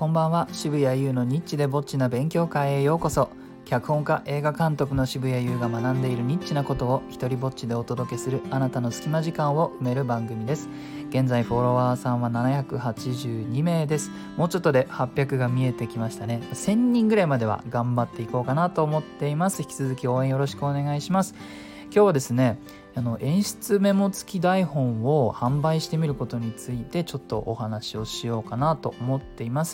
こんばんは。渋谷優のニッチでぼっちな勉強会へようこそ。脚本家映画監督の渋谷優が学んでいるニッチなことを一人ぼっちでお届けするあなたの隙間時間を埋める番組です。現在フォロワーさんは782名です。もうちょっとで800が見えてきましたね。1000人ぐらいまでは頑張っていこうかなと思っています。引き続き応援よろしくお願いします。今日はですね、演出メモ付き台本を販売してみることについてちょっとお話をしようかなと思っています。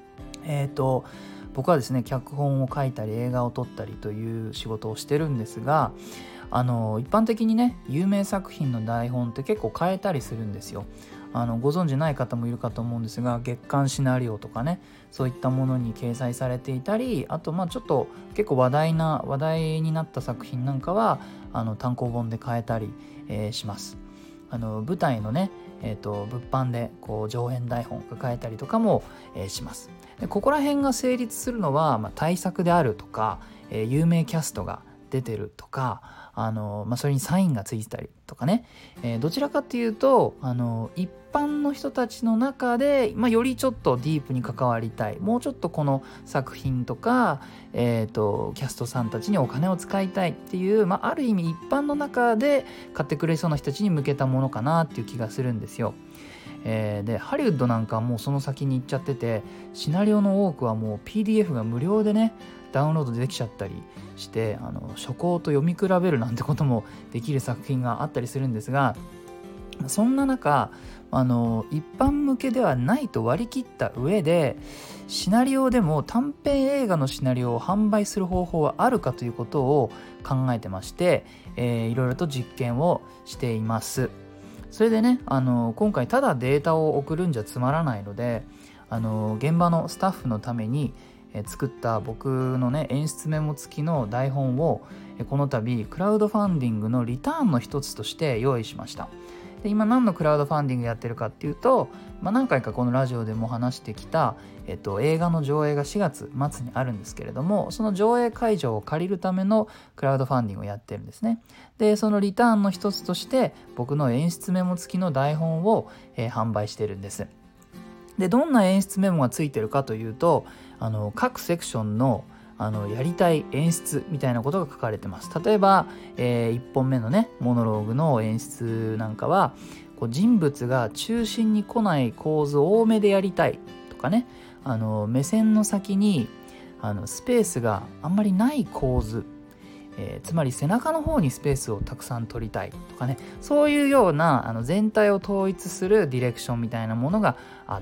僕はですね、脚本を書いたり映画を撮ったりという仕事をしてるんですが、一般的にね、有名作品の台本って結構変えたりするんですよ。ご存知ない方もいるかと思うんですが、月刊シナリオとかね、そういったものに掲載されていたり、あとちょっと結構話題になった作品なんかは単行本で変えたり、します。舞台のね、物販で上演台本が変えたりとかも、します。でここら辺が成立するのは、大作であるとか、有名キャストが出てるとか、それにサインがついてたりとかね、どちらかっていうと一般の人たちの中で、よりちょっとディープに関わりたい、もうちょっとこの作品とか、キャストさんたちにお金を使いたいっていう、ある意味一般の中で買ってくれそうな人たちに向けたものかなっていう気がするんですよ。でハリウッドなんかはもうその先に行っちゃってて、シナリオの多くはもう PDF が無料でねダウンロードできちゃったりして、初稿と読み比べるなんてこともできる作品があったりするんですが、そんな中一般向けではないと割り切った上で、シナリオでも短編映画のシナリオを販売する方法はあるかということを考えてまして、いろいろと実験をしています。それでね、今回ただデータを送るんじゃつまらないので、現場のスタッフのために作った僕のね演出メモ付きの台本をこの度クラウドファンディングのリターンの一つとして用意しました。で今何のクラウドファンディングやってるかっていうと、何回かこのラジオでも話してきた、映画の上映が4月末にあるんですけれども、その上映会場を借りるためのクラウドファンディングをやってるんですね。でそのリターンの一つとして僕の演出メモ付きの台本を、販売してるんです。でどんな演出メモがついてるかというと、各セクションのやりたい演出みたいなことが書かれてます。例えば、1本目のねモノローグの演出なんかは、人物が中心に来ない構図を多めでやりたいとかね、目線の先にスペースがあんまりない構図、つまり背中の方にスペースをたくさん取りたいとかね、そういうような全体を統一するディレクションみたいなものがあって、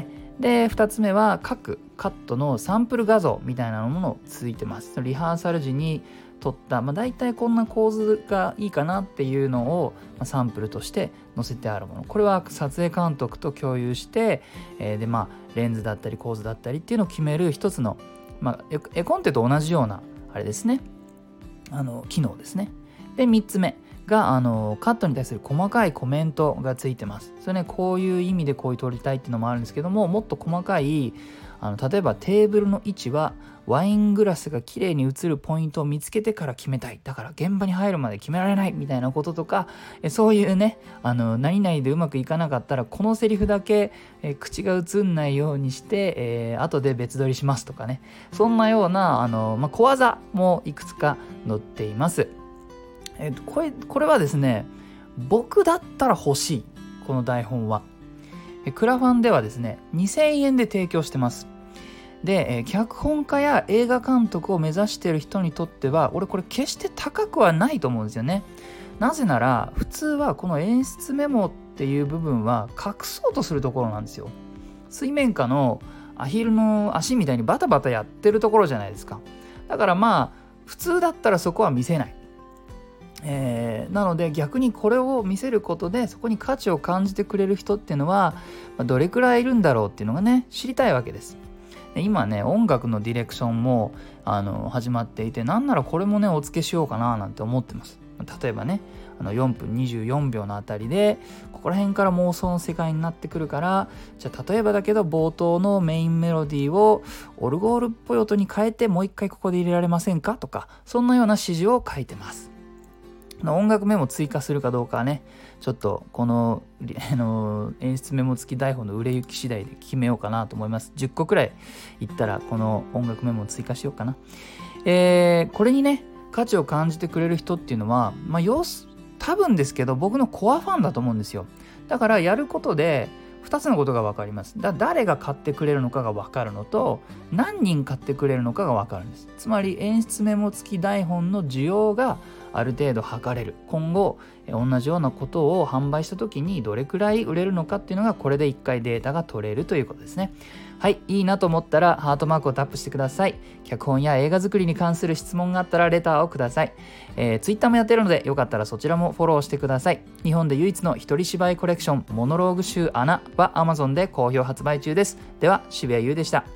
で2つ目は各カットのサンプル画像みたいなものついてます。リハーサル時に撮った、だいたいこんな構図がいいかなっていうのを、サンプルとして載せてあるもの、これは撮影監督と共有して、でレンズだったり構図だったりっていうのを決める一つの、絵コンテと同じようなあれですね、機能ですね。で3つ目がカットに対する細かいコメントがついてます。それね、こういう意味でこういう撮りたいっていうのもあるんですけども、もっと細かい例えばテーブルの位置はワイングラスが綺麗に映るポイントを見つけてから決めたい、だから現場に入るまで決められないみたいなこととか、そういうね何々でうまくいかなかったらこのセリフだけ口が映んないようにして、後で別撮りしますとかね、そんなような小技もいくつか載っています。これはですね、僕だったら欲しい。この台本はクラファンではですね2000円で提供してます。で脚本家や映画監督を目指している人にとっては俺これ決して高くはないと思うんですよね。なぜなら普通はこの演出メモっていう部分は隠そうとするところなんですよ。水面下のアヒルの足みたいにバタバタやってるところじゃないですか。だから普通だったらそこは見せない。なので逆にこれを見せることでそこに価値を感じてくれる人っていうのはどれくらいいるんだろうっていうのがね知りたいわけです。で今ね音楽のディレクションも始まっていて、なんならこれもねお付けしようかななんて思ってます。例えばね4分24秒のあたりでここら辺から妄想の世界になってくるから、じゃあ例えばだけど冒頭のメインメロディーをオルゴールっぽい音に変えてもう一回ここで入れられませんかとか、そんなような指示を書いてます。 音楽メモ追加するかどうかはね、ちょっとこの演出メモ付き台本の売れ行き次第で決めようかなと思います。10個くらいいったらこの音楽メモを追加しようかな。これにね価値を感じてくれる人っていうのは、多分ですけど僕のコアファンだと思うんですよ。だからやることで2つのことが分かります。誰が買ってくれるのかが分かるのと、何人買ってくれるのかが分かるんです。つまり演出メモ付き台本の需要がある程度測れる。今後同じようなことを販売した時にどれくらい売れるのかっていうのがこれで1回データが取れるということですね。はい、いいなと思ったらハートマークをタップしてください。脚本や映画作りに関する質問があったらレターをください。Twitter もやってるのでよかったらそちらもフォローしてください。日本で唯一の一人芝居コレクションモノローグ集アナは Amazon で好評発売中です。では渋谷優でした。